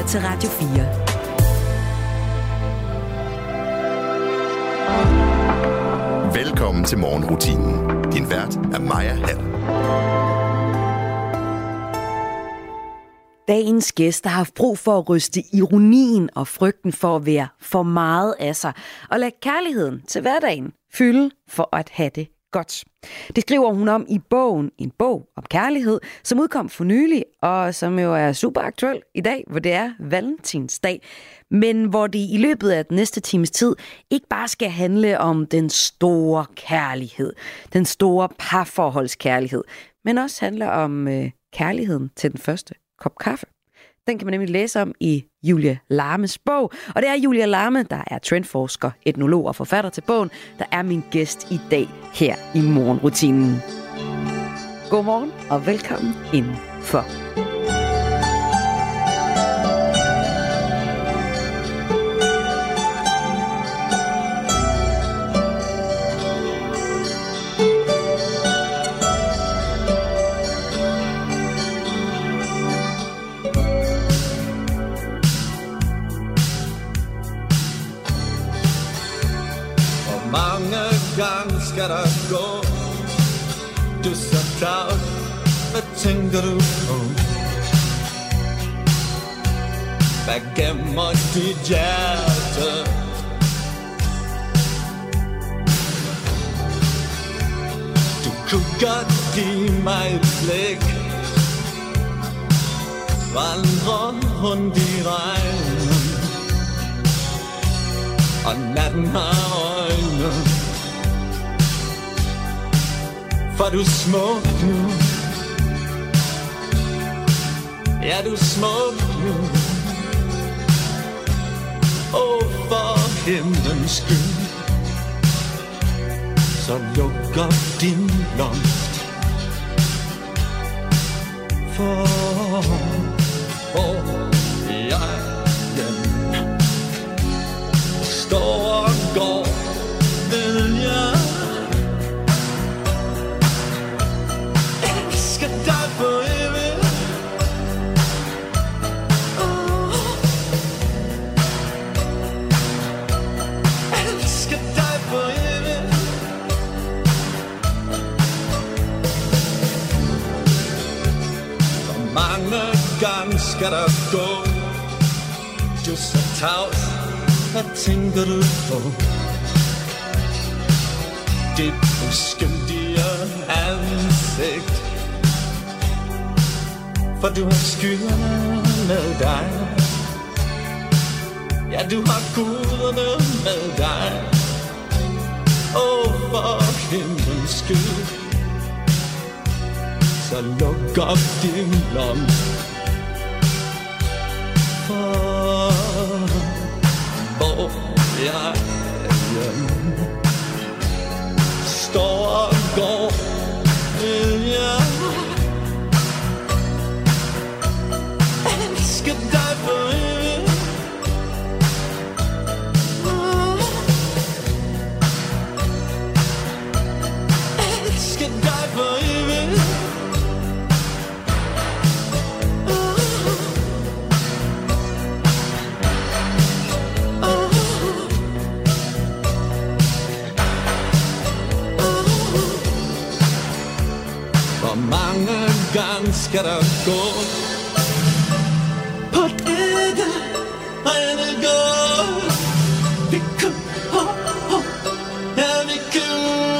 til Radio 4. Velkommen til morgenrutinen. Din vært er Maja Hall. Dagens gæst har haft brug for at ryste ironien og frygten for at være for meget af sig, og lade kærligheden til hverdagen fylde for at have det godt. Det skriver hun om i bogen En bog om kærlighed, som udkom for nylig, og som jo er super aktuel i dag, hvor det er valentinsdag. Men hvor det i løbet af den næste times tid ikke bare skal handle om den store kærlighed, den store parforholdskærlighed, men også handler om kærligheden til den første kop kaffe. Den kan man nemlig læse om i Julia Larmes bog. Og det er Julia Larme, der er trendforsker, etnolog og forfatter til bogen, der er min gæst i dag her i morgenrutinen. Godmorgen og velkommen indenfor. Mange gange skal der gå. Du er så travlt. Hvad tænker du på? Hvad gemmer dit hjerte? Du kunne godt give mig et blik. Vandre rundt i regnen, og natten har øjne. For du er smuk nu. Ja, du er smuk nu. For himlens skyld, så luk op din blomst. For jeg står og går, vil jeg elske dig for evigt. Elske dig for evigt. Hvor mange gange skal der gå? Du er så tavs. Hvad tænker du på? Dit uskyldige ansigt. For du har skyerne med dig. Ja, du har guderne med dig. For himlens skyld, så luk op din blomst. Hvor jeg står og går, vil jeg elske dig for evigt. Elske dig for evigt. Mange gange skal der gå på dette rene gå. Vi kan ja, vi kan.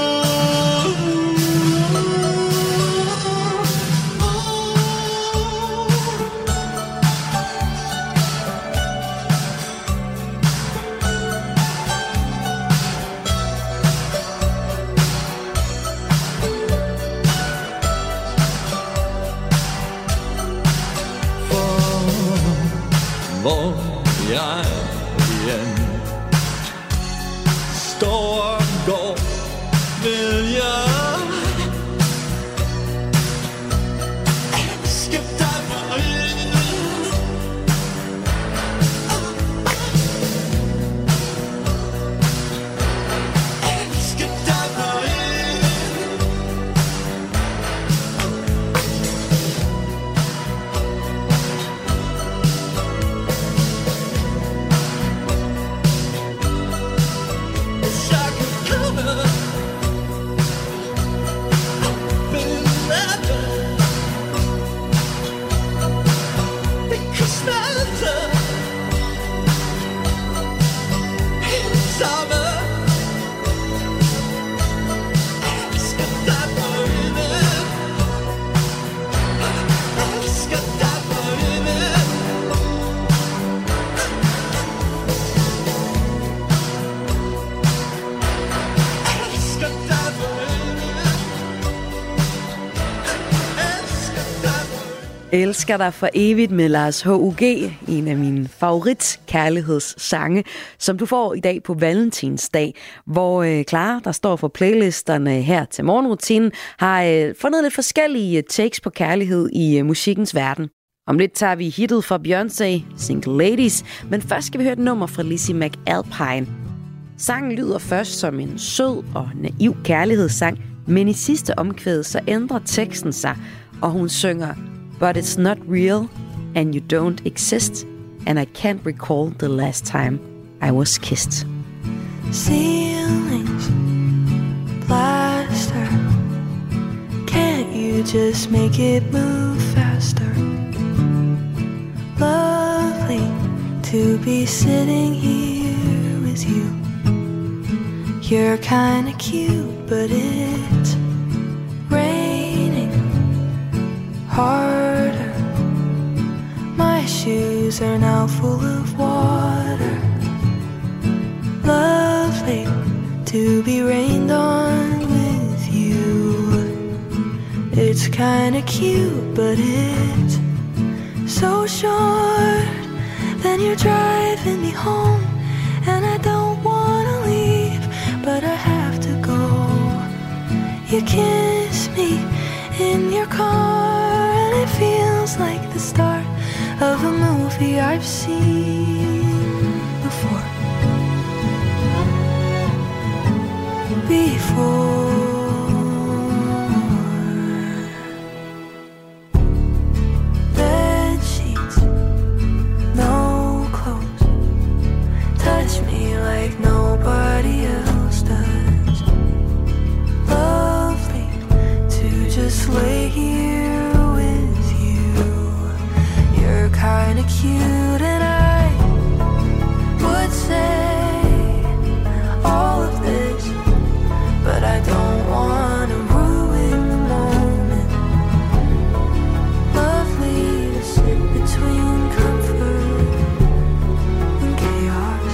Hvor jeg står og går, vil jeg elske dig for evigt. Elske dig for evigt. Elsker dig for evigt med Lars H.U.G., en af mine favoritkærlighedssange, som du får i dag på Valentinsdag, hvor Clara, der står for playlisterne her til morgenrutinen, har fundet lidt forskellige takes på kærlighed i musikkens verden. Om lidt tager vi hittet fra Beyoncé, Single Ladies, men først skal vi høre et nummer fra Lizzie McAlpine. Sangen lyder først som en sød og naiv kærlighedssang, men i sidste omkvæd så ændrer teksten sig, og hun synger But it's not real, and you don't exist, and I can't recall the last time I was kissed. Ceilings, plaster, can't you just make it move faster? Lovely to be sitting here with you. You're kinda cute, but it's raining harder. My shoes are now full of water. Lovely to be rained on with you. It's kinda cute, but it's so short. Then you're driving me home, and I don't wanna leave, but I have to go. You kiss me in your car, and it feels like the start of a movie I've seen before. Bed sheets, no clothes, touch me like nobody else does. Lovely to just lay here with you. You're kinda cute, and I would say all of this, but I don't wanna ruin the moment. Lovely to sit between comfort and chaos,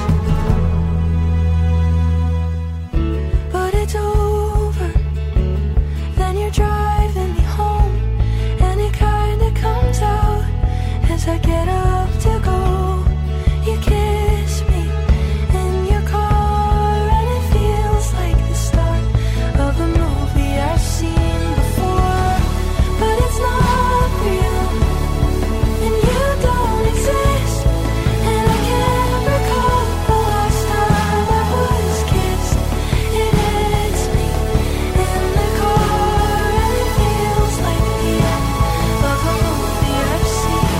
but it's over. Then you're driving me home, and it kinda comes out as I get up to go. You kiss me in your car, and it feels like the start of a movie I've seen before. But it's not real, and you don't exist, and I can't recall the last time I was kissed. It hits me in the car, and it feels like the end of a movie I've seen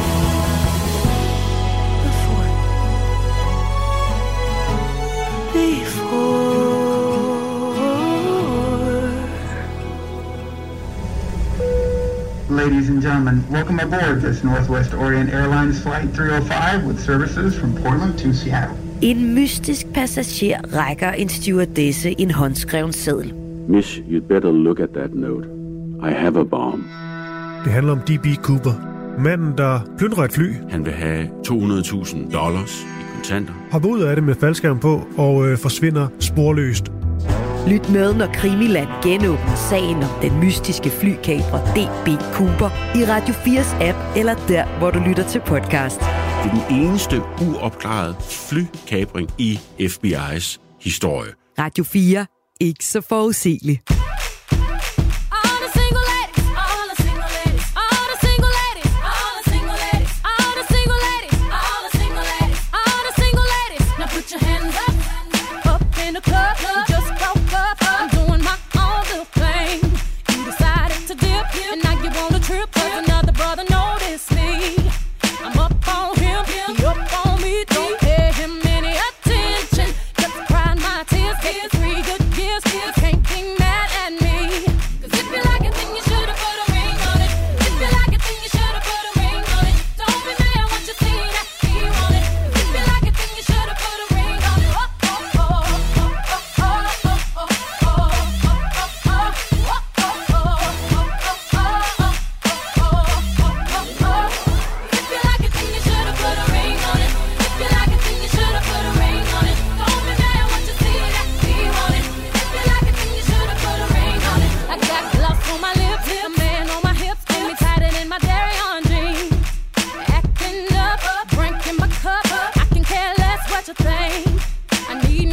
before. Ladies and gentlemen, welcome aboard this Northwest Orient Airlines Flight 305 with services from Portland to Seattle. En mystisk passager rækker en stewardesse en håndskreven seddel. Miss, you'd better look at that note. I have a bomb. Det handler om D.B. Cooper. Manden, der plyndrer et fly. Han vil have $200,000 i kontanter. Hopper ud af det med faldskærm på og forsvinder sporløst. Lyt med, når Krimiland genåbner sagen om den mystiske flykaprer D.B. Cooper i Radio 4's app, eller der, hvor du lytter til podcast. Det er den eneste uopklarede flykapring i FBI's historie. Radio 4. Ikke så forudsigeligt. Can't be mad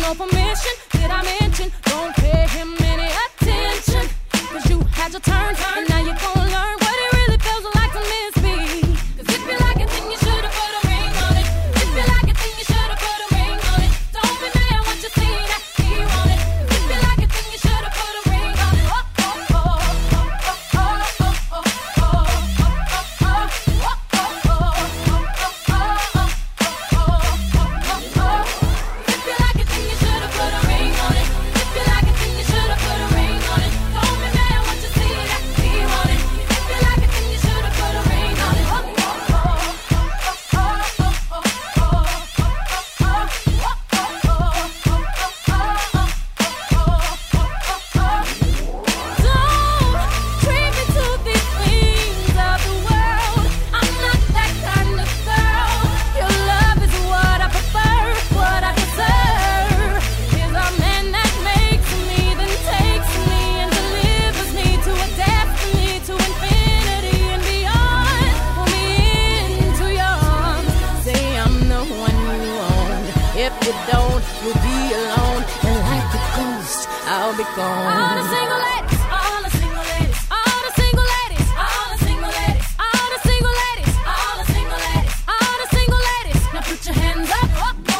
no permission. Did I mention? Don't pay him any attention. Cause you had your turn, and now you're gonna learn what it really feels like to miss me. Cause if you like it, then you should've put a ring on it. If you like it, then you should've put a ring on it. Don't be mad when you see that he want it. If you like it, then you should've put a ring on it. I'll be gone. All the single ladies, all the single ladies, all the single ladies, all the single ladies, all the single ladies, all the single ladies, all the single ladies. Now put your hands up.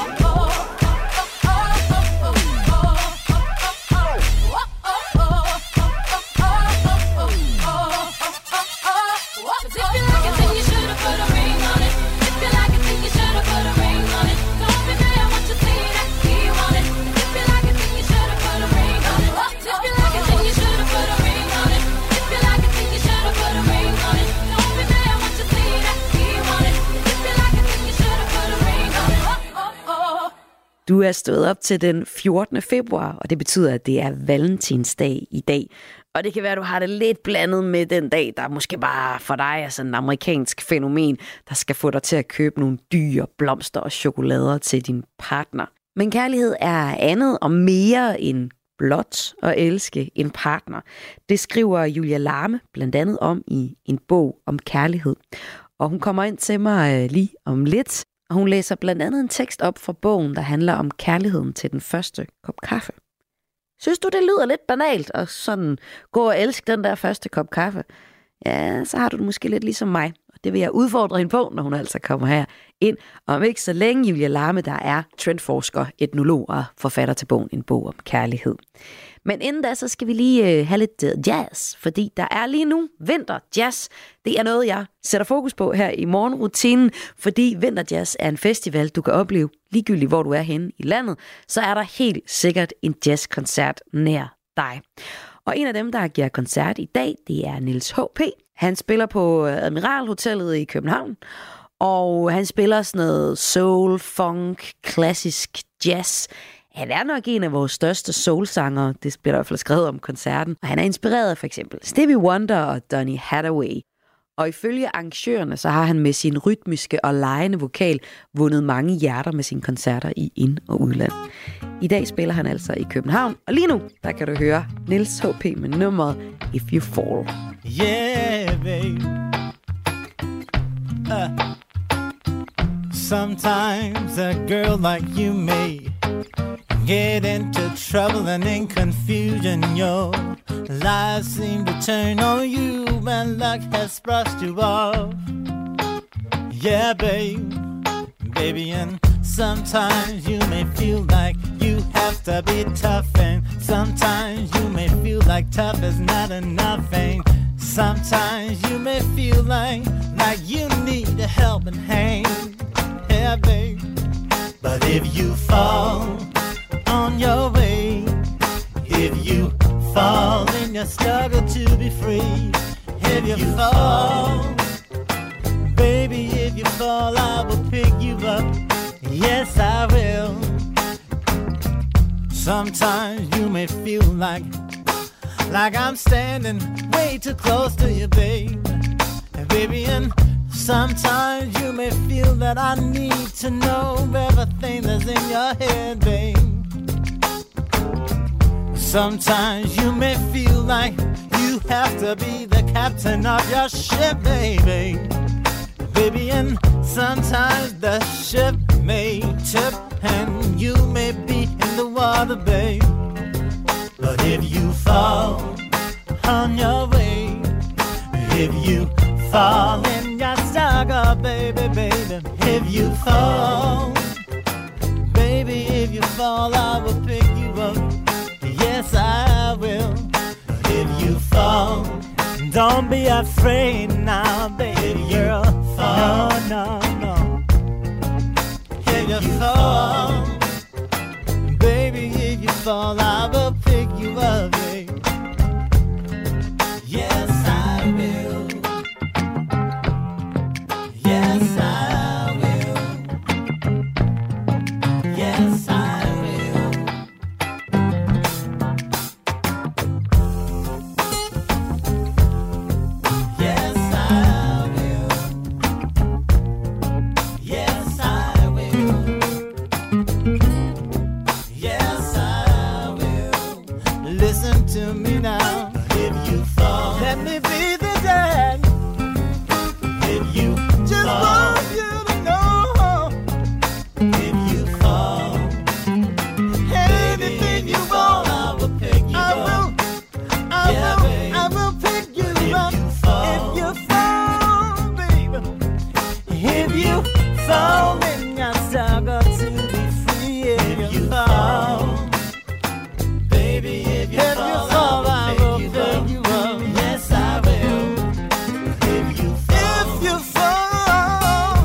Du er stået op til den 14. februar, og det betyder, at det er valentinsdag i dag. Og det kan være, at du har det lidt blandet med den dag, der måske bare for dig er sådan en amerikansk fænomen, der skal få dig til at købe nogle dyre blomster og chokolader til din partner. Men kærlighed er andet og mere end blot at elske en partner. Det skriver Julia Larme blandt andet om i en bog om kærlighed. Og hun kommer ind til mig lige om lidt. Og hun læser blandt andet en tekst op fra bogen, der handler om kærligheden til den første kop kaffe. Synes du, det lyder lidt banalt at sådan gå og elske den der første kop kaffe? Ja, så har du det måske lidt ligesom mig. Og det vil jeg udfordre hende på, når hun altså kommer her ind. Om ikke så længe, Julia Larme, der er trendforsker, etnolog og forfatter til bogen En bog om kærlighed. Men inden da, så skal vi lige have lidt jazz, fordi der er lige nu vinterjazz. Det er noget, jeg sætter fokus på her i morgenrutinen, fordi vinterjazz er en festival, du kan opleve ligegyldigt, hvor du er henne i landet. Så er der helt sikkert en jazzkoncert nær dig. Og en af dem, der giver koncert i dag, det er Niels H.P. Han spiller på Admiral Hotellet i København, og han spiller sådan noget soul, funk, klassisk jazz. Han er nok en af vores største soulsangere, det bliver der i hvert fald skrevet om koncerten. Og han er inspireret af for eksempel Stevie Wonder og Donny Hathaway. Og ifølge arrangørerne, så har han med sin rytmiske og legende vokal vundet mange hjerter med sine koncerter i ind- og udland. I dag spiller han altså i København, og lige nu, der kan du høre Niels H.P. med nummeret If You Fall. Yeah, babe. Sometimes a girl like you may get into trouble and in confusion. Your life seems to turn on you when luck has brushed you off. Yeah, babe, baby, and sometimes you may feel like you have to be tough, and sometimes you may feel like tough is not enough, and sometimes you may feel like you need a helping hand. Yeah, babe, but if you fall on your way, if you fall in your struggle to be free, if you fall, baby, if you fall, I will pick you up. Yes, I will. Sometimes you may feel like I'm standing way too close to you, babe. Baby, and sometimes you may feel that I need to know everything that's in your head, babe. Sometimes you may feel like you have to be the captain of your ship, baby. Baby, and sometimes the ship may tip and you may be in the water, babe. But if you fall on your way, if you fall in your sugar, baby, baby, if you fall, baby, if you fall, I will pick you up. Yes, I will. But if you fall, don't be afraid now, baby girl. No, no, no. If you fall, baby, if you fall, I will pick you up, baby. Yes, I will. Yes, I will. Yes, I will. Yes, I will. Yes, I will. Yes, I will. Listen to me now. If you fall, let me be the dad. If you just fall, want you to know. If you fall, anything you want, I will pick you up. I will pick you up. If you fall, baby. If you fall, then you're stuck to be free. If you fall, baby, if you fall, I will pick you up. Yes, I will. If you fall,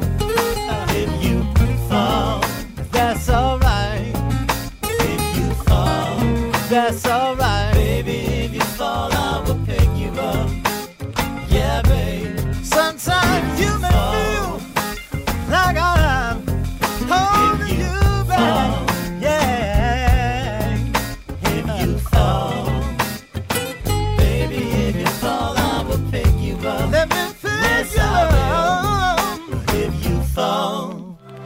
that's alright. If you fall, that's alright. Baby, if you fall, I will pick you up. Yeah, babe. Sometimes you may feel like I'm holding you back. Yeah. If you fall, baby, if you fall, I will pick you up. Let me pick you up. If you fall.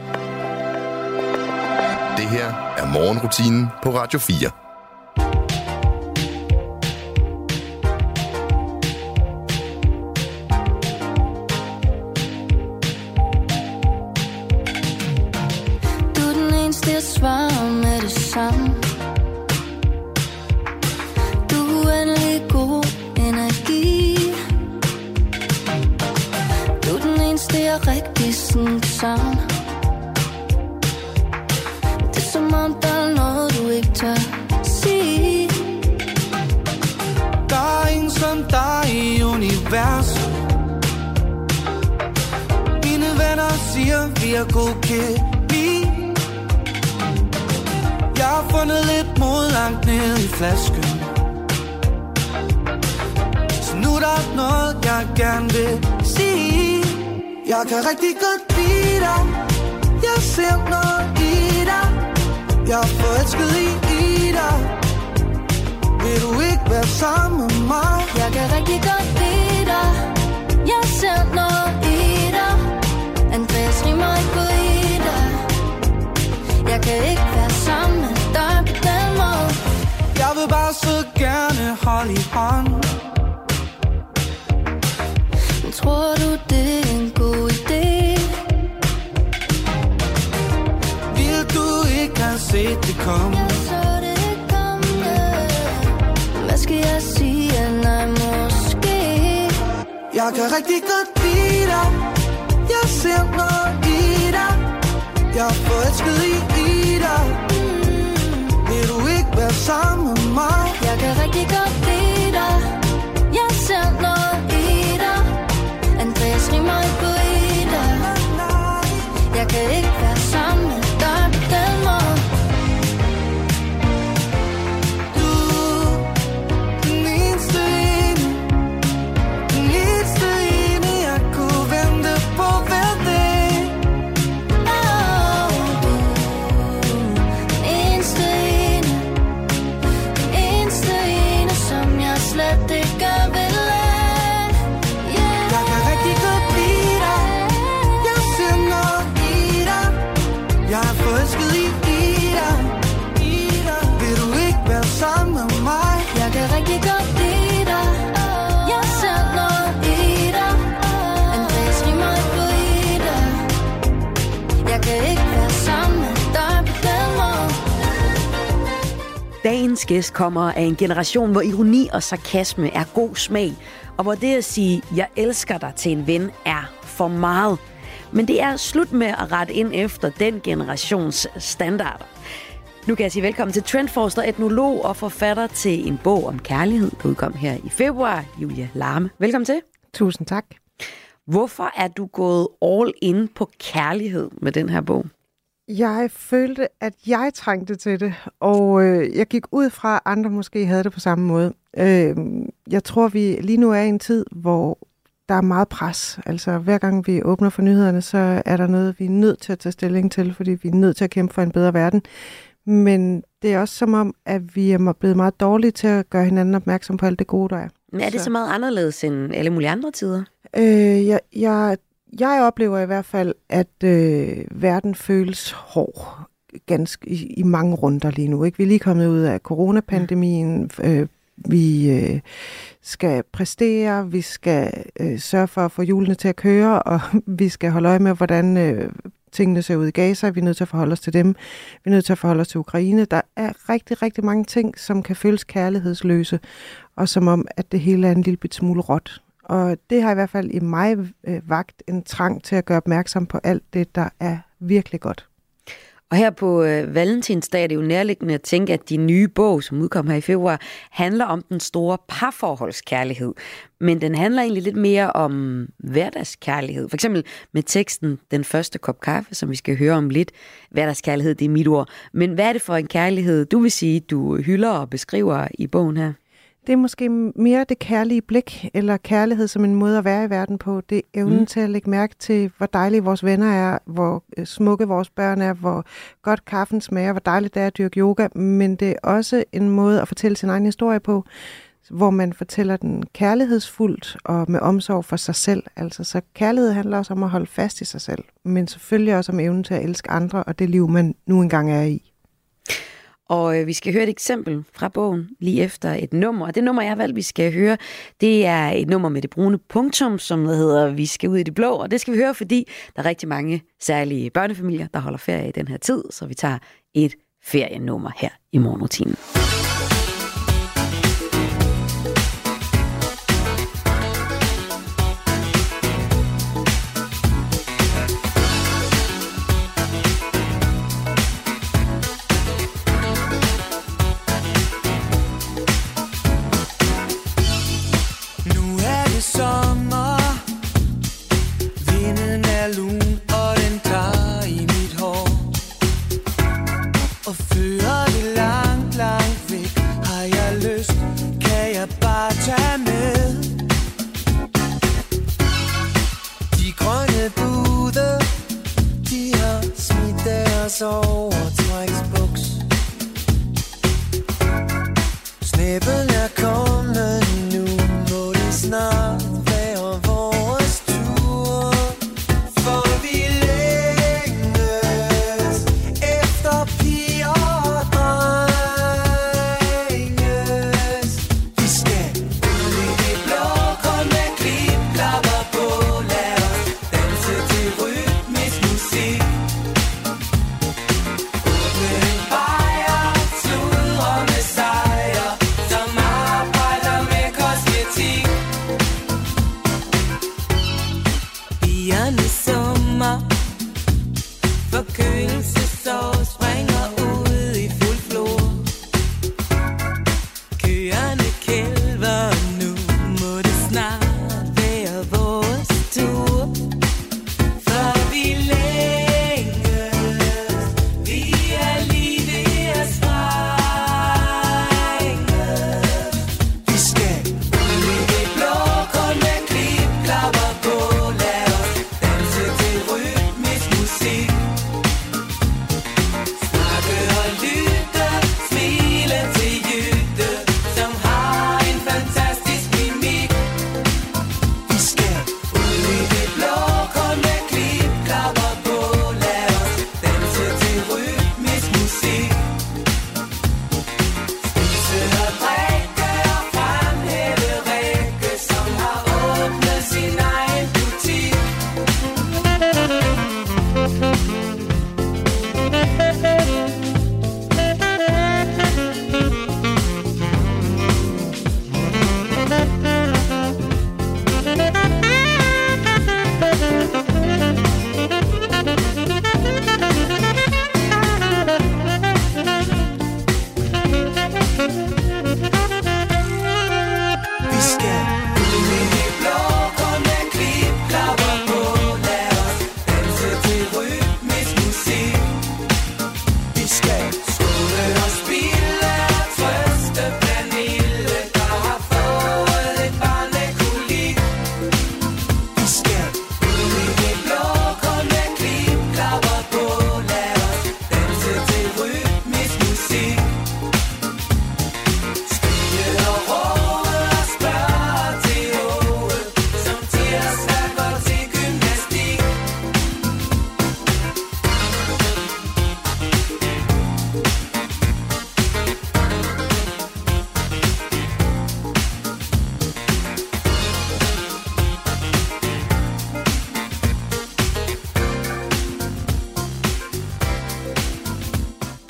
Det her er morgenrutinen på Radio 4. Du er den eneste, jeg svarer med det samme. Du er uendelig god energi. Du er den eneste, jeg rigtig sådan savner. Det er som om, der er noget, du ikke tør sige. Der er ingen som dig i universet. Mine venner siger, vi er god kemi. Jeg har fundet lidt mod langt ned i flasken. Så nu er der noget, jeg gerne vil sige. Jeg kan rigtig godt lide dig. Jeg ser noget i dig. Jeg er forelsket i dig. Vil du ikke være sammen med mig? Jeg kan rigtig godt lide dig. Jeg ser noget i dig. Andreas rimer ikke på i dig. Jeg kan ikke være sammen med dig på den måde. Jeg vil bare så gerne holde i hånd. Men tror du, det er en god idé? Vil du ikke have set det komme? Jeg så det komme. Hvad skal jeg sige? Nej, måske. Jeg kan rigtig godt lide dig. Jeg ser noget i dig. Jeg er forelsket i dig. Vil du ikke være sammen med mig? Jeg kan rigtig godt lide dig. Jeg ser noget i dig. Andreas rimer ikke på i dig. Jeg kan ikke være sammen med dig på den måde. Du, den eneste ene. Den eneste ene, jeg kunne vente på hver dag. Du, den eneste ene. Den eneste ene, som Dagens gæst kommer af en generation, hvor ironi og sarkasme er god smag, og hvor det at sige, jeg elsker dig til en ven, er for meget. Men det er slut med at rette ind efter den generations standarder. Nu kan jeg sige velkommen til trendforsker, etnolog og forfatter til en bog om kærlighed, der udkom her i februar, Julia Larme. Velkommen til. Tusind tak. Hvorfor er du gået all in på kærlighed med den her bog? Jeg følte, at jeg trængte til det, og jeg gik ud fra, at andre måske havde det på samme måde. Jeg tror, vi lige nu er i en tid, hvor der er meget pres. Altså hver gang vi åbner for nyhederne, så er der noget, vi er nødt til at tage stilling til, fordi vi er nødt til at kæmpe for en bedre verden. Men det er også som om, at vi er blevet meget dårlige til at gøre hinanden opmærksom på alt det gode, der er. Men er det så meget anderledes end alle mulige andre tider? Jeg oplever i hvert fald, at verden føles hård ganske i mange runder lige nu. Ikke? Vi er lige kommet ud af coronapandemien. Vi skal præstere, vi skal sørge for at få hjulene til at køre, og vi skal holde øje med, hvordan tingene ser ud i Gaza. Vi er nødt til at forholde os til dem. Vi er nødt til at forholde os til Ukraine. Der er rigtig, rigtig mange ting, som kan føles kærlighedsløse, og som om, at det hele er en lille bit smule råt. Og det har i hvert fald i mig vakt en trang til at gøre opmærksom på alt det, der er virkelig godt. Og her på Valentinsdag er det jo nærliggende at tænke, at din nye bog, som udkom her i februar, handler om den store parforholdskærlighed. Men den handler egentlig lidt mere om hverdagskærlighed. For eksempel med teksten Den første kop kaffe, som vi skal høre om lidt. Hverdagskærlighed, det er mit ord. Men hvad er det for en kærlighed, du vil sige, du hylder og beskriver i bogen her? Det er måske mere det kærlige blik, eller kærlighed som en måde at være i verden på. Det er evnen til at lægge mærke til, hvor dejlige vores venner er, hvor smukke vores børn er, hvor godt kaffen smager, hvor dejligt det er at dyrke yoga. Men det er også en måde at fortælle sin egen historie på, hvor man fortæller den kærlighedsfuldt og med omsorg for sig selv. Altså, så kærlighed handler også om at holde fast i sig selv, men selvfølgelig også om evnen til at elske andre og det liv, man nu engang er i. Og vi skal høre et eksempel fra bogen lige efter et nummer. Og det nummer, jeg har valgt, vi skal høre, det er et nummer med det brune punktum, som hedder Vi skal ud i det blå. Og det skal vi høre, fordi der er rigtig mange særlige børnefamilier, der holder ferie i den her tid. Så vi tager et ferienummer her i morgenrutinen. Snæblen er kommet nu, må det snart være vores tur. For vi længes efter piger og drenges. Vi skal ud i det blå, kun med klipklapper på. Lad os danse til rytmisk musik. Åbne en bajer, sludre med sejr, som arbejder med kosmetik. Pigerne summer, forkølelsesår springer ud i fuld flor. Køerne kælver, nu må det snart være vores tur. For vi længes, vi er lige ved at sprænge. Vi skal ud i det blå, kun med klipklapper på. Lad os danse til rytmisk musik. Snart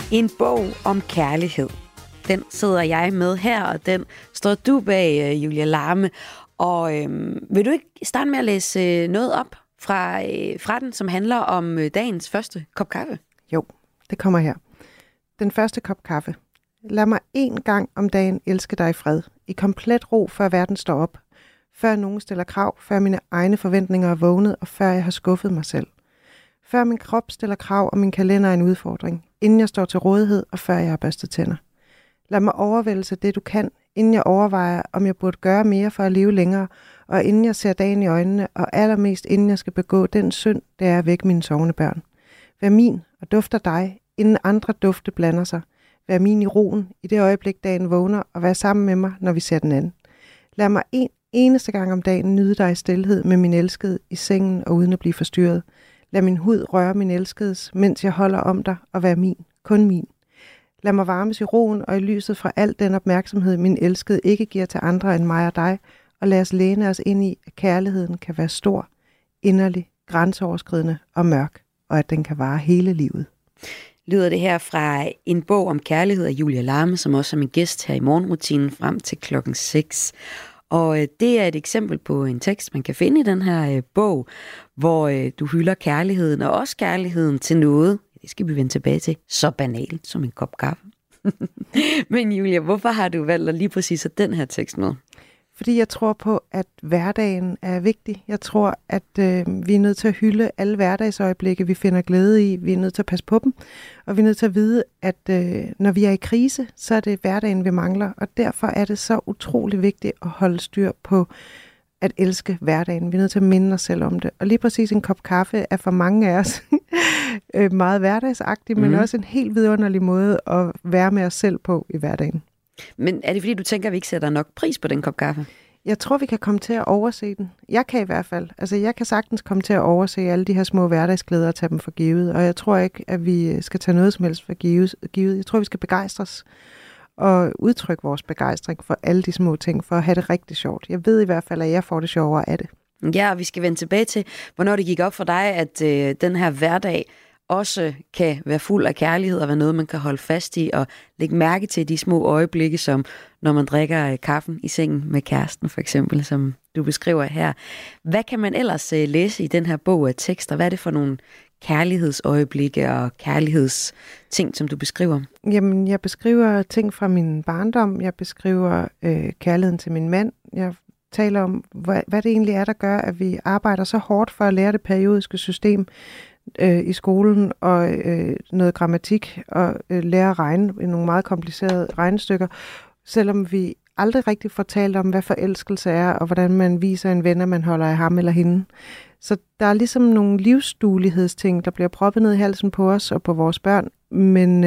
En bog om kærlighed. Den sidder jeg med her, og den står du bag, Julia Larme. Og vil du ikke starte med at læse noget op fra den, som handler om dagens første kop kaffe? Jo, det kommer her. Den første kop kaffe. Lad mig en gang om dagen elske dig i fred. I komplet ro, før verden står op. Før nogen stiller krav, før mine egne forventninger er vågnet, og før jeg har skuffet mig selv. Før min krop stiller krav, og min kalender er en udfordring. Inden jeg står til rådighed, og før jeg har børstet tænder. Lad mig overvælde det, du kan, inden jeg overvejer, om jeg burde gøre mere for at leve længere, og inden jeg ser dagen i øjnene, og allermest inden jeg skal begå den synd, det er at vække mine sovende børn. Vær min og dufter dig, inden andre dufte blander sig. Vær min i roen, i det øjeblik dagen vågner, og vær sammen med mig, når vi ser den anden. Lad mig en eneste gang om dagen nyde dig i stilhed med min elskede i sengen og uden at blive forstyrret. Lad min hud røre min elskedes, mens jeg holder om dig og vær min, kun min. Lad mig varmes i roen og i lyset fra al den opmærksomhed, min elskede ikke giver til andre end mig og dig, og lad os læne os ind i, at kærligheden kan være stor, inderlig, grænseoverskridende og mørk, og at den kan vare hele livet. Lyder det her fra en bog om kærlighed af Julia Larme, som også er min gæst her i morgenrutinen frem til 6:00. Og det er et eksempel på en tekst, man kan finde i den her bog, hvor du hylder kærligheden, og også kærligheden til noget, det skal vi vende tilbage til, så banalt som en kop kaffe. Men Julia, hvorfor har du valgt at lige præcis den her tekst med? Fordi jeg tror på, at hverdagen er vigtig. Jeg tror, at vi er nødt til at hylde alle hverdagsøjeblikke, vi finder glæde i. Vi er nødt til at passe på dem. Og vi er nødt til at vide, at når vi er i krise, så er det hverdagen, vi mangler. Og derfor er det så utrolig vigtigt at holde styr på at elske hverdagen. Vi er nødt til at minde os selv om det. Og lige præcis en kop kaffe er for mange af os meget hverdagsagtig, men også en helt vidunderlig måde at være med os selv på i hverdagen. Men er det fordi, du tænker, at vi ikke sætter nok pris på den kop kaffe? Jeg tror, vi kan komme til at overse den. Jeg kan i hvert fald. Altså, jeg kan sagtens komme til at overse alle de her små hverdagsglæder og tage dem for givet. Og jeg tror ikke, at vi skal tage noget som helst for givet. Jeg tror, vi skal begejstres og udtrykke vores begejstring for alle de små ting, for at have det rigtig sjovt. Jeg ved i hvert fald, at jeg får det sjovere af det. Ja, og vi skal vende tilbage til, hvornår det gik op for dig, at den her hverdag også kan være fuld af kærlighed og være noget, man kan holde fast i og lægge mærke til de små øjeblikke, som når man drikker kaffen i sengen med kæresten, for eksempel, som du beskriver her. Hvad kan man ellers læse i den her bog af tekster? Hvad er det for nogle kærlighedsøjeblikke og kærlighedsting, som du beskriver? Jamen, jeg beskriver ting fra min barndom. Jeg beskriver kærligheden til min mand. Jeg taler om, hvad det egentlig er, der gør, at vi arbejder så hårdt for at lære det periodiske system i skolen, og noget grammatik, og lære at regne i nogle meget komplicerede regnestykker, selvom vi aldrig rigtig får talt om, hvad forelskelse er, og hvordan man viser en ven, at man holder af ham eller hende. Så der er ligesom nogle livsduelighedsting, der bliver proppet ned i halsen på os og på vores børn, men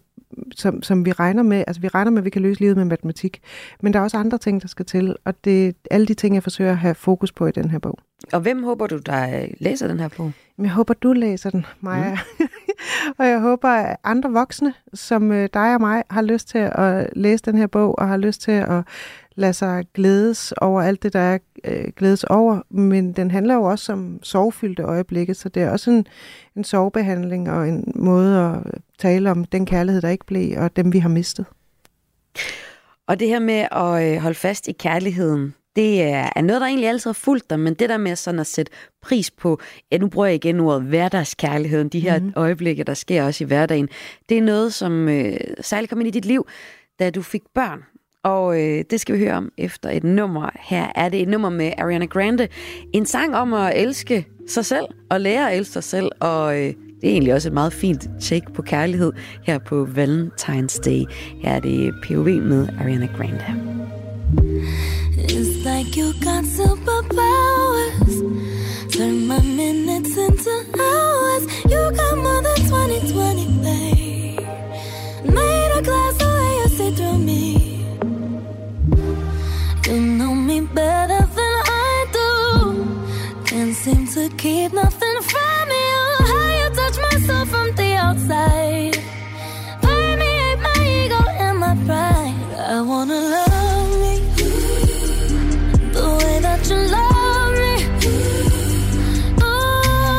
som vi regner med, altså vi regner med, at vi kan løse livet med matematik, men der er også andre ting, der skal til, og det er alle de ting, jeg forsøger at have fokus på i den her bog. Og hvem håber du, der læser den her bog? Jeg håber, du læser den, Maja. Og jeg håber, at andre voksne, som dig og mig, har lyst til at læse den her bog, og har lyst til at lade sig glædes over alt det, der er glædes over. Men den handler jo også om sorgfyldte øjeblikke, så det er også en sorgbehandling og en måde at tale om den kærlighed, der ikke blev, og dem, vi har mistet. Og det her med at holde fast i kærligheden, det er noget, der egentlig altid har fulgt dig, men det der med sådan at sætte pris på, ja, nu bruger jeg igen ordet hverdagskærligheden, de her øjeblikke, der sker også i hverdagen, det er noget, som særligt kom ind i dit liv, da du fik børn. Og det skal vi høre om efter et nummer. Her er det et nummer med Ariana Grande. En sang om at elske sig selv og lære at elske sig selv. Og det er egentlig også et meget fint take på kærlighed her på Valentine's Day. Her er det POV med Ariana Grande. It's like you got superpowers. Turn my minutes into hours. You got more than 20/20, babe. Made a glass the way you see through me. You know me better than I do. Can't seem to keep nothing from you. How you touch my soul from the outside. Permeate my ego and my pride. I wanna love me the way that you love me. Oh,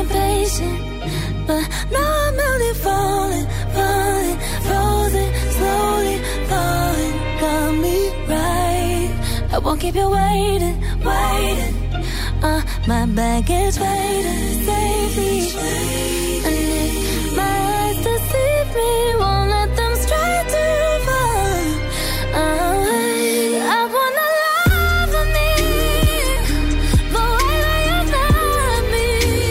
impatient, but now I'm only falling, falling, frozen, slowly falling. Got me right. I won't keep you waiting, waiting. My baggage waiting safely, and if my eyes deceive me, won't let them stray too far away. I wanna love me the way that you love me.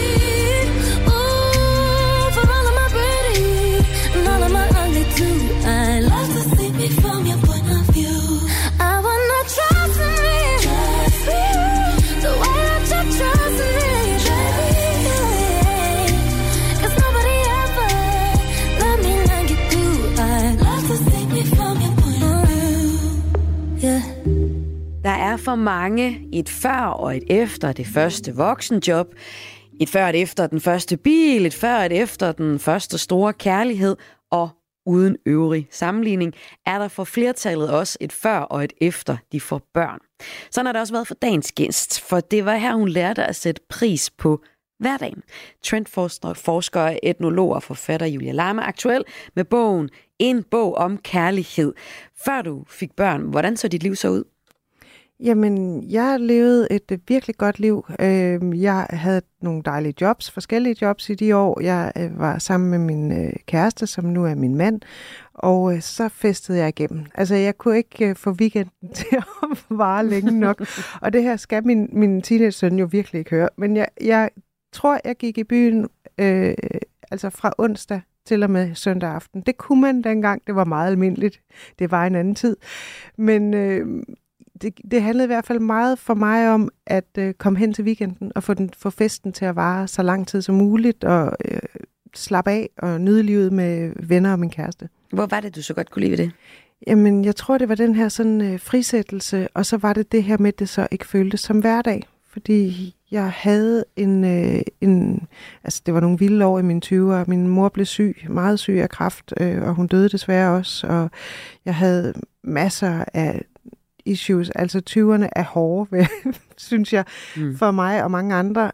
Ooh, for all of my pretty and all of my ugly too. I love to see me from your point of view. I wanna trust in me, trust me, the way that you trust me, baby. 'Cause nobody ever let me like you do. I love to see me from your point of view. Yeah. Der er for mange et før og et efter det første voksenjob, et før og et efter den første bil, et før og et efter den første store kærlighed, og uden øvrig sammenligning er der for flertallet også et før og et efter de får børn. Sådan har det også været for dagens gæst, for det var her, hun lærte at sætte pris på hverdagen. Trendforsker, etnolog og forfatter Julia Lamme aktuel med bogen En bog om kærlighed. Før du fik børn, hvordan så dit liv så ud? Jamen, jeg levede et virkelig godt liv. Jeg havde nogle dejlige jobs, forskellige jobs i de år. Jeg var sammen med min kæreste, som nu er min mand, og så festede jeg igennem. Altså, jeg kunne ikke få weekenden til at vare længe nok, og det her skal min teenage-søn jo virkelig ikke høre. Men jeg tror, jeg gik i byen altså fra onsdag til og med søndag aften. Det kunne man dengang, det var meget almindeligt. Det var en anden tid. Men det handlede i hvert fald meget for mig om at komme hen til weekenden og få festen til at vare så lang tid som muligt og slappe af og nyde livet med venner og min kæreste. Hvor var det, du så godt kunne lide det? Jamen, jeg tror, det var den her sådan frisættelse, og så var det her med, at det så ikke føltes som hverdag. Fordi jeg havde altså det var nogle vilde år i mine 20'ere. Min mor blev syg, meget syg af kræft, og hun døde desværre også. Og jeg havde masser af issues, altså 20'erne er hårde, synes jeg, for mig og mange andre.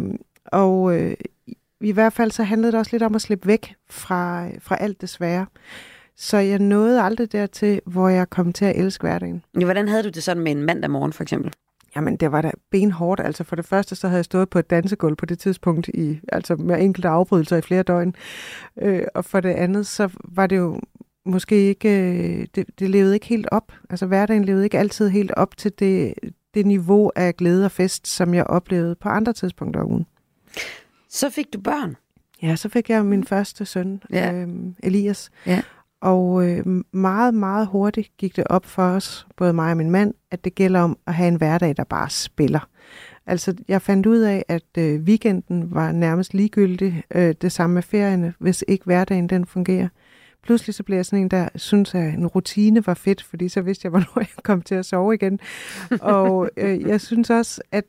I hvert fald så handlede det også lidt om at slippe væk fra alt det svære. Så jeg nåede aldrig dertil, hvor jeg kom til at elske hverdagen. Hvordan havde du det sådan med en mandag morgen, for eksempel? Jamen, det var da benhårdt. Altså for det første, så havde jeg stået på et dansegulv på det tidspunkt, altså med enkelte afbrydelser i flere døgn. Og for det andet, så var det jo måske ikke, det levede ikke helt op. Altså hverdagen levede ikke altid helt op til det niveau af glæde og fest, som jeg oplevede på andre tidspunkter af ugen. Så fik du børn? Ja, så fik jeg min første søn, Elias. Ja. Og meget, meget hurtigt gik det op for os, både mig og min mand, at det gælder om at have en hverdag, der bare spiller. Altså, jeg fandt ud af, at weekenden var nærmest ligegyldig, det samme med ferierne, hvis ikke hverdagen den fungerer. Pludselig så blev jeg sådan en, der synes, at en rutine var fedt, fordi så vidste jeg, hvornår jeg kom til at sove igen. Og jeg synes også, at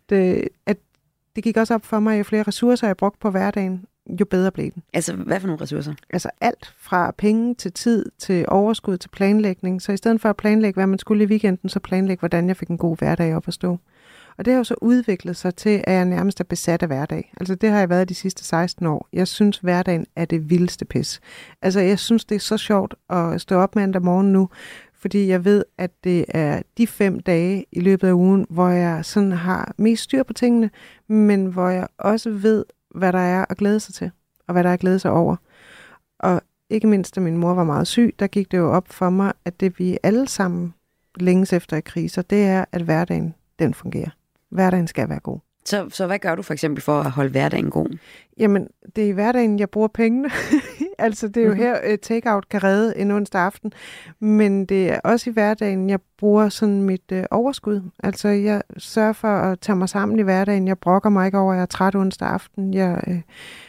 det gik også op for mig, jo flere ressourcer jeg brugte på hverdagen, jo bedre blev den. Altså, hvad for nogle ressourcer? Altså alt fra penge til tid, til overskud, til planlægning. Så i stedet for at planlægge, hvad man skulle i weekenden, så planlægge, hvordan jeg fik en god hverdag op at stå. Og det har jo så udviklet sig til, at jeg nærmest er besat af hverdag. Altså det har jeg været de sidste 16 år. Jeg synes, hverdagen er det vildeste pis. Altså jeg synes, det er så sjovt at stå op mandag morgen nu, fordi jeg ved, at det er de 5 dage i løbet af ugen, hvor jeg sådan har mest styr på tingene, men hvor jeg også ved, hvad der er at glæde sig til, og hvad der er at glæde sig over. Og ikke mindst, da min mor var meget syg, der gik det jo op for mig, at det vi alle sammen længes efter i kriser, det er, at hverdagen, den fungerer. Hverdagen skal være god. Så hvad gør du for eksempel for at holde hverdagen god? Jamen, det er i hverdagen, jeg bruger pengene. Altså, det er jo her, takeout kan redde en onsdag aften. Men det er også i hverdagen, jeg bruger sådan mit overskud. Altså, jeg sørger for at tage mig sammen i hverdagen. Jeg brokker mig ikke over, at jeg er træt onsdag aften. Jeg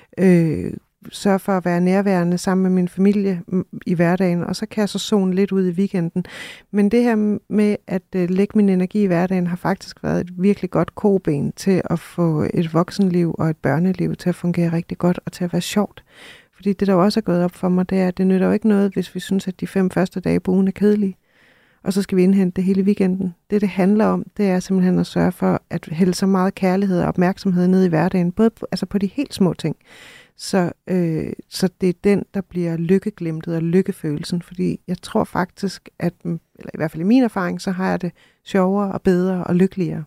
sørger for at være nærværende sammen med min familie i hverdagen, og så kan jeg så zone lidt ud i weekenden. Men det her med at lægge min energi i hverdagen har faktisk været et virkelig godt koben til at få et voksenliv og et børneliv til at fungere rigtig godt og til at være sjovt. Fordi det, der også er gået op for mig, det er, at det nytter jo ikke noget, hvis vi synes, at de 5 første dage på ugen er kedelige. og så skal vi indhente det hele weekenden. Det handler om, det er simpelthen at sørge for at hælde så meget kærlighed og opmærksomhed ned i hverdagen, både på de helt små ting. Så det er den, der bliver lykkeglimtet og lykkefølelsen, fordi jeg tror faktisk, eller i hvert fald i min erfaring, så har jeg det sjovere og bedre og lykkeligere.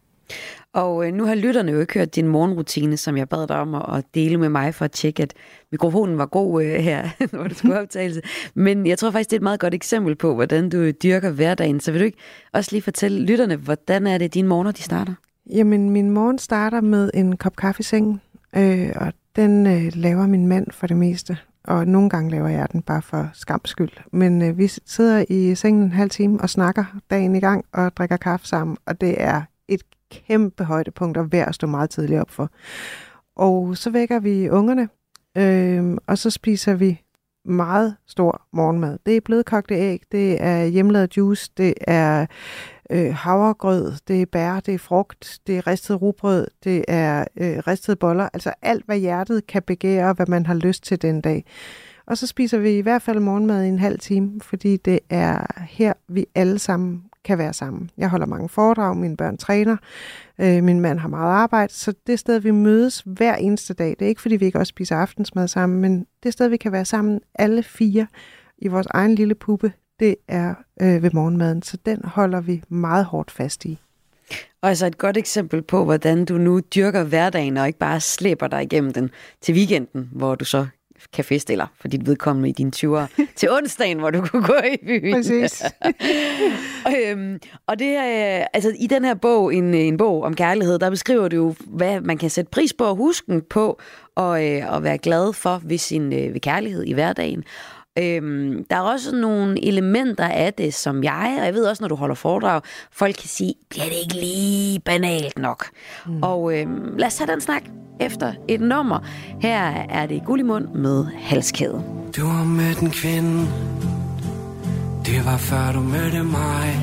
Og nu har lytterne jo ikke hørt din morgenrutine, som jeg bad dig om at dele med mig for at tjekke, at mikrofonen var god her, når det skulle optagelse. Men jeg tror faktisk, det er et meget godt eksempel på, hvordan du dyrker hverdagen. Så vil du ikke også lige fortælle lytterne, hvordan er det, dine morgener de starter? Jamen, min morgen starter med en kop kaffe i sengen, og den laver min mand for det meste. Og nogle gange laver jeg den bare for skams skyld. Men vi sidder i sengen en halv time og snakker dagen i gang og drikker kaffe sammen, og det er et kæmpe højdepunkt og værd at stå meget tidligt op for. Og så vækker vi ungerne, og så spiser vi meget stor morgenmad. Det er blødkogte æg, det er hjemmelavet juice, det er havregrød, det er bær, det er frugt, det er ristet rugbrød, det er ristede boller, altså alt, hvad hjertet kan begære, og hvad man har lyst til den dag. Og så spiser vi i hvert fald morgenmad i en halv time, fordi det er her, vi alle sammen kan være sammen. Jeg holder mange foredrag, mine børn træner, min mand har meget arbejde, så det sted, vi mødes hver eneste dag, det er ikke, fordi vi ikke også spiser aftensmad sammen, men det sted, vi kan være sammen alle 4 i vores egen lille puppe, det er ved morgenmaden, så den holder vi meget hårdt fast i. Og altså et godt eksempel på, hvordan du nu dyrker hverdagen, og ikke bare slæber dig igennem den til weekenden, hvor du så kan feste, eller for dit vedkommende i dine 20'ere, til onsdagen, hvor du kunne gå i byen. Præcis. Og det her, altså i den her bog, en bog om kærlighed, der beskriver du jo, hvad man kan sætte pris på og huske på, og være glad for ved kærlighed i hverdagen. Der er også nogle elementer af det, som og jeg ved også, når du holder foredrag, folk kan sige, bliver det ikke lige banalt nok? Og lad os tage den snak efter et nummer. Her er det Guld i mund med Halskæde. Du har mødt en kvinde, det var før du mødte mig.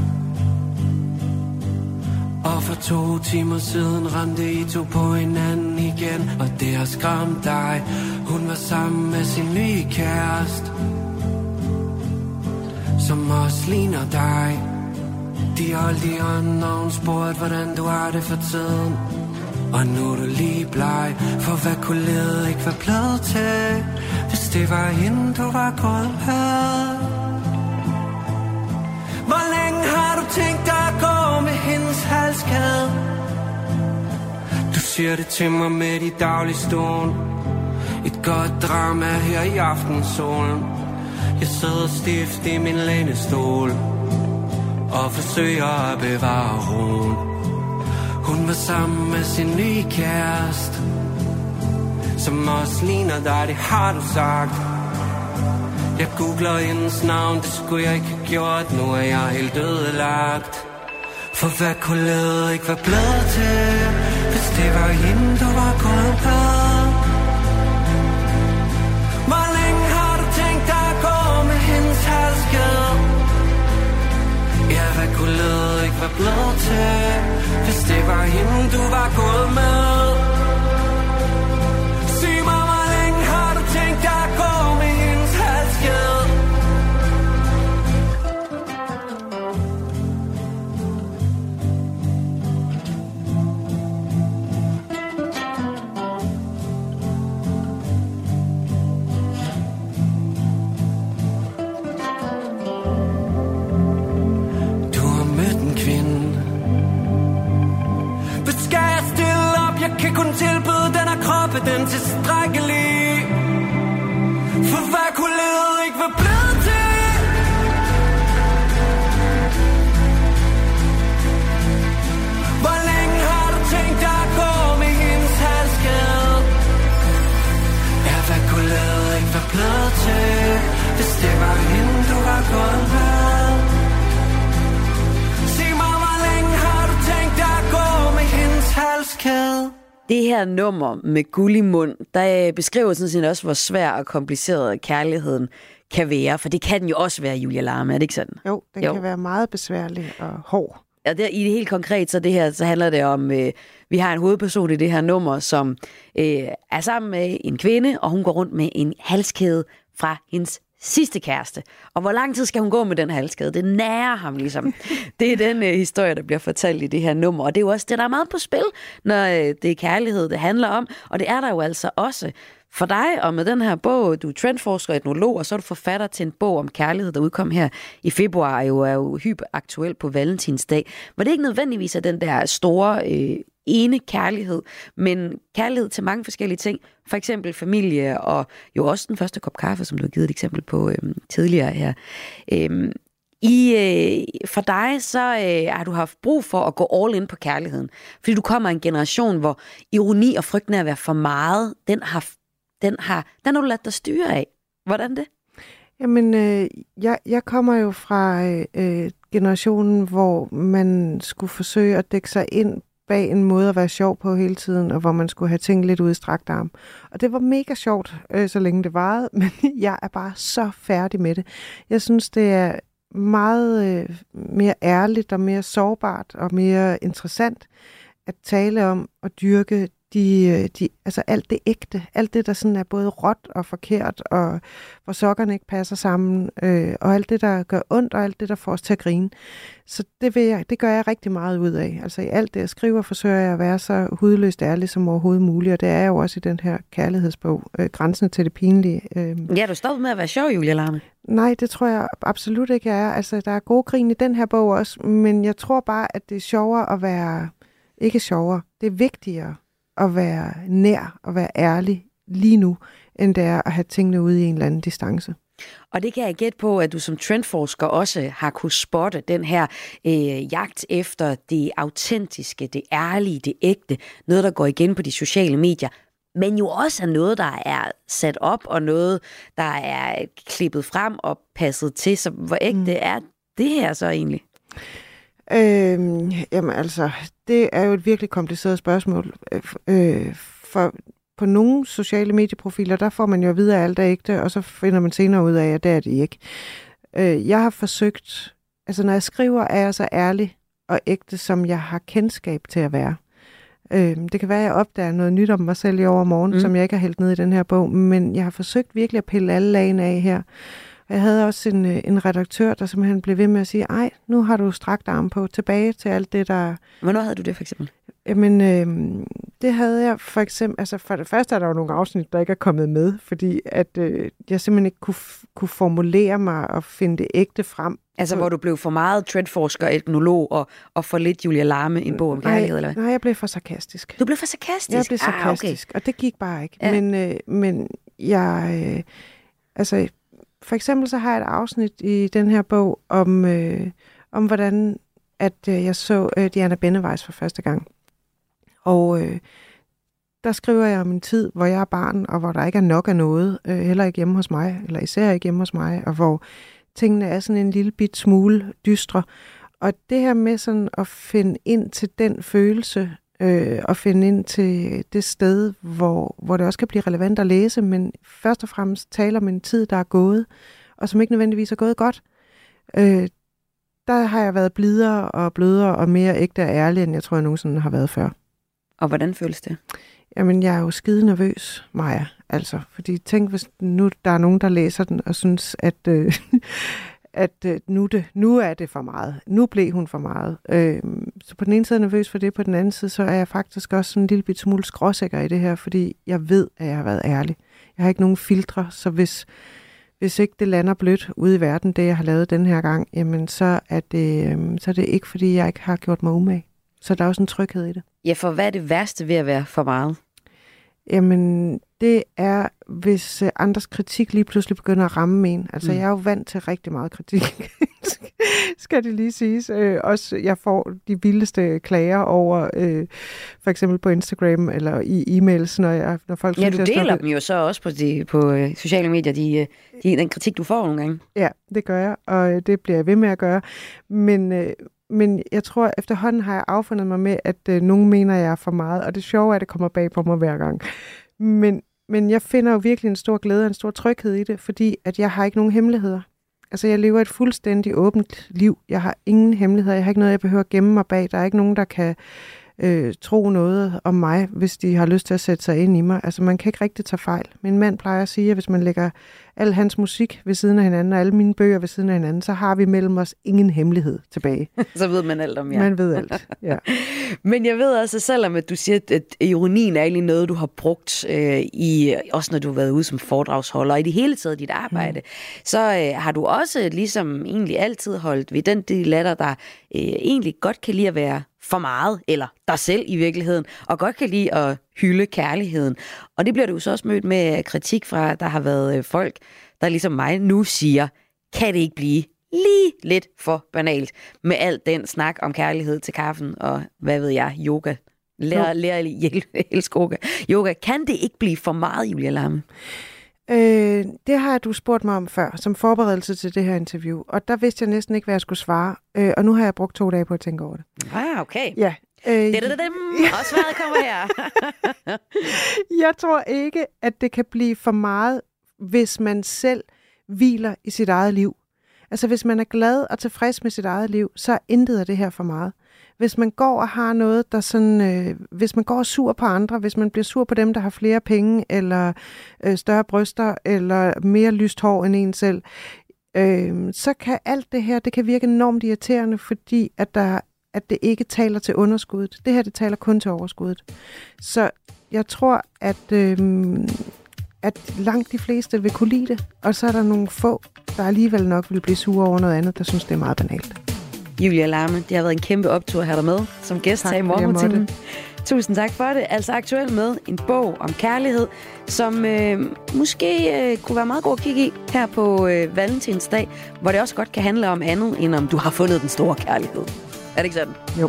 Og for 2 timer siden rendte I to på hinanden igen, og det har skræmt dig. Hun var sammen med sin nye kæreste, som også ligner dig. De holdt i hånden, og hun spurgte, hvordan du har det for tiden. Og nu er du lige bleg, for hvad kunne ledet ikke være blevet til, hvis det var hende, du var gået med. Hvor længe har du tænkt dig at gå med hendes halskæde? Du siger det til mig med de daglige stål. Et godt drama her i aftensolen. Jeg sidder stift i min lænestol og forsøger at bevare roen. Hun var sammen med sin nye kæreste, som også ligner dig, det har du sagt. Jeg googler hendes navn, det skulle jeg ikke have gjort, nu er jeg helt ødelagt. For hvad kunne ledet ikke være blevet til, hvis det var hende, du var gået på? Hvor længe har du tænkt dig at gå med hendes halskæde? Ja, hvad kunne ledet ikke være blevet til, hvis det var hende, du var gået med? Sig mig, hvor længe har du tænkt dig at gå med hendes halskæde? Den tilstrækkelig. For hvad kunne ledet ikke være blevet til? Hvor længe har du tænkt dig at gå med hendes halskæde? Ja, hvad kunne ledet ikke være blevet til, hvis det var hende, du var gået med? Sig mig, hvor længe har du tænkt dig at gå med hendes halskæde? Det her nummer med Guld i mund, der beskriver sådan set også, hvor svær og kompliceret kærligheden kan være. For det kan den jo også være, Julia Larme, er det ikke sådan? Jo, den kan være meget besværlig og hård. Ja, i det helt konkret, så handler det om, vi har en hovedperson i det her nummer, som er sammen med en kvinde, og hun går rundt med en halskæde fra hendes sidste kæreste. Og hvor lang tid skal hun gå med den halskade? Det nærer ham ligesom. Det er den historie, der bliver fortalt i det her nummer. Og det er jo også det, der er meget på spil, når det er kærlighed, det handler om. Og det er der jo altså også for dig. Og med den her bog, du er trendforsker og etnolog, og så er du forfatter til en bog om kærlighed, der udkom her i februar, er jo hyperaktuel på Valentinsdag. Var det ikke nødvendigvis af den der store ene kærlighed, men kærlighed til mange forskellige ting, for eksempel familie, og jo også den første kop kaffe, som du har givet et eksempel på tidligere her. For dig, så har du haft brug for at gå all in på kærligheden, fordi du kommer af en generation, hvor ironi og frygten af at være for meget, den har du ladt dig styre af. Hvordan det? Jamen, jeg kommer jo fra generationen, hvor man skulle forsøge at dække sig ind bag en måde at være sjov på hele tiden, og hvor man skulle have ting lidt ude i strakt arm. Og det var mega sjovt, så længe det varede, men jeg er bare så færdig med det. Jeg synes, det er meget mere ærligt og mere sårbart og mere interessant at tale om og dyrke altså alt det ægte, alt det, der sådan er både råt og forkert, og hvor sokkerne ikke passer sammen, og alt det, der gør ondt, og alt det, der får os til at grine. Så det gør jeg rigtig meget ud af. Altså i alt det, jeg skriver, forsøger jeg at være så hudløst ærlig som overhovedet muligt, og det er jeg jo også i den her kærlighedsbog, Grænsen til det pinlige. Ja, du stoppet med at være sjov, Julia Larme. Nej, det tror jeg absolut ikke, jeg er. Altså, der er gode grin i den her bog også, men jeg tror bare, at det er sjovere at være, ikke sjovere, det er vigtigere at være nær og være ærlig lige nu, end det er at have tingene ude i en eller anden distance. Og det kan jeg gætte på, at du som trendforsker også har kunnet spotte den her jagt efter det autentiske, det ærlige, det ægte. Noget, der går igen på de sociale medier. Men jo også er noget, der er sat op, og noget, der er klippet frem og passet til. Så hvor ægte er det her så egentlig? Jamen altså, det er jo et virkelig kompliceret spørgsmål. For på nogle sociale medieprofiler, der får man jo at vide, at alt er ægte, og så finder man senere ud af, at det er det ikke. Jeg har forsøgt, altså når jeg skriver, er jeg så ærlig og ægte, som jeg har kendskab til at være. Det kan være, at jeg opdager noget nyt om mig selv i overmorgen, som jeg ikke har hældt ned i den her bog, men jeg har forsøgt virkelig at pille alle lagene af her. Jeg havde også en redaktør, der simpelthen blev ved med at sige, ej, nu har du strakt arm på, tilbage til alt det, der... Hvornår havde du det for eksempel? Jamen, det havde jeg for eksempel... Altså, for det første er der jo nogle afsnit, der ikke er kommet med, fordi at jeg simpelthen ikke kunne formulere mig og finde det ægte frem. Altså, hvor du blev for meget trendforsker, etnolog og for lidt Julia Larme, en bog om kærlighed, eller hvad? Nej, jeg blev for sarkastisk. Du blev for sarkastisk? Jeg blev sarkastisk, okay. Og det gik bare ikke. Ja. Men jeg... altså... For eksempel så har jeg et afsnit i den her bog om hvordan at jeg så Diana Benneweis for første gang. Og der skriver jeg om en tid, hvor jeg er barn, og hvor der ikke er nok af noget, heller ikke hjemme hos mig, eller især ikke hjemme hos mig, og hvor tingene er sådan en lille bit smule dystre. Og det her med sådan at finde ind til den følelse, og finde ind til det sted, hvor det også kan blive relevant at læse, men først og fremmest taler om en tid, der er gået, og som ikke nødvendigvis er gået godt. Der har jeg været blidere og blødere og mere ægte og ærlig, end jeg tror, jeg nogensinde har været før. Og hvordan føles det? Jamen, jeg er jo skide nervøs, Maja. Altså, fordi tænk, hvis nu der er nogen, der læser den og synes, at nu er det for meget. Nu blev hun for meget. Så på den ene side er jeg nervøs for det, på den anden side, så er jeg faktisk også sådan en lille bit smule skråsikker i det her, fordi jeg ved, at jeg har været ærlig. Jeg har ikke nogen filtre, så hvis ikke det lander blødt ude i verden, det jeg har lavet den her gang, jamen så er det ikke, fordi jeg ikke har gjort mig umage. Så der er også en tryghed i det. Ja, for hvad er det værste ved at være for meget? Jamen, det er, hvis andres kritik lige pludselig begynder at ramme en. Altså, jeg er jo vant til rigtig meget kritik, skal det lige siges. Også, jeg får de vildeste klager over, for eksempel på Instagram eller i e-mails, når folk synes, du deler dem jo så også på sociale medier, den kritik, du får nogle gange. Ja, det gør jeg, og det bliver jeg ved med at gøre. Men jeg tror, efterhånden har jeg affundet mig med, at nogen mener, jeg er for meget. Og det sjove er, at det kommer bag på mig hver gang. Men jeg finder jo virkelig en stor glæde og en stor tryghed i det, fordi at jeg har ikke nogen hemmeligheder. Altså, jeg lever et fuldstændig åbent liv. Jeg har ingen hemmeligheder. Jeg har ikke noget, jeg behøver at gemme mig bag. Der er ikke nogen, der kan tro noget om mig, hvis de har lyst til at sætte sig ind i mig. Altså, man kan ikke rigtig tage fejl. Min mand plejer at sige, at hvis man lægger al hans musik ved siden af hinanden, og alle mine bøger ved siden af hinanden, så har vi mellem os ingen hemmelighed tilbage. Så ved man alt om jer. Man ved alt, ja. Men jeg ved også, selvom at du siger, at ironien er egentlig noget, du har brugt, også når du har været ude som foredragsholder, og i det hele taget dit arbejde, så har du også ligesom egentlig altid holdt ved den del af dig, der egentlig godt kan lide at være for meget, eller dig selv i virkeligheden, og godt kan lide at hylde kærligheden. Og det bliver du så også mødt med kritik fra, der har været folk, der ligesom mig nu siger, kan det ikke blive lige lidt for banalt med alt den snak om kærlighed til kaffen og hvad ved jeg, yoga. Elsk yoga. Kan det ikke blive for meget, Julia Lamme? Det har du spurgt mig om før, som forberedelse til det her interview, og der vidste jeg næsten ikke, hvad jeg skulle svare, og nu har jeg brugt 2 dage på at tænke over det. Okay. Ja. Og svaret kommer her. Jeg tror ikke, at det kan blive for meget, hvis man selv hviler i sit eget liv. Altså, hvis man er glad og tilfreds med sit eget liv, så er intet af det her for meget. Hvis man går og har noget, der sådan... hvis man går sur på andre, hvis man bliver sur på dem, der har flere penge, eller større bryster, eller mere lyst hår end en selv, så kan alt det her, det kan virke enormt irriterende, fordi at det ikke taler til underskuddet. Det her, det taler kun til overskuddet. Så jeg tror, at langt de fleste vil kunne lide det, og så er der nogle få, der alligevel nok vil blive sure over noget andet, der synes, det er meget banalt. Julia Lamme, det har været en kæmpe optur at have dig med som gæst her i Morgenrutinen. Tusind tak for det. Altså aktuelt med en bog om kærlighed, som måske kunne være meget god at kigge i her på Valentinsdag, hvor det også godt kan handle om andet, end om du har fundet den store kærlighed. Er det ikke sådan? Jo.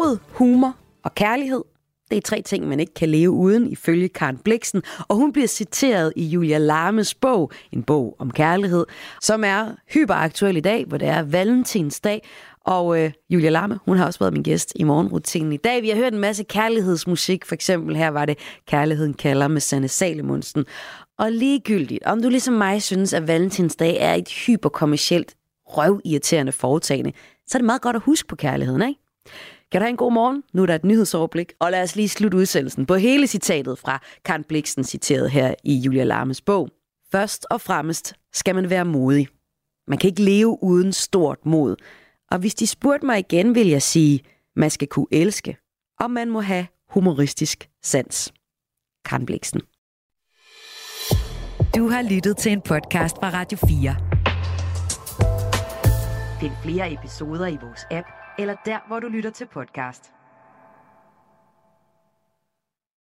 Mod, humor og kærlighed. Det er 3 ting, man ikke kan leve uden, ifølge Karen Blixen. Og hun bliver citeret i Julia Larmes bog, en bog om kærlighed, som er hyperaktuel i dag, hvor det er valentinsdag. Og Julia Larme, hun har også været min gæst i morgenrutinen i dag. Vi har hørt en masse kærlighedsmusik. For eksempel her var det Kærligheden kalder med Sanne Salomonsen. Og ligegyldigt, om du ligesom mig synes, at valentinsdag er et hyperkommercielt, røvirriterende foretagende, så er det meget godt at huske på kærligheden, ikke? Kan du have en god morgen? Nu er der et nyhedsoverblik, og lad os lige slutte udsendelsen på hele citatet fra Karen Blixen, citeret her i Julia Larmes bog. Først og fremmest skal man være modig. Man kan ikke leve uden stort mod. Og hvis de spurgte mig igen, vil jeg sige, man skal kunne elske, og man må have humoristisk sans. Karen Blixen. Du har lyttet til en podcast fra Radio 4. Find flere episoder i vores app, eller der, hvor du lytter til podcast.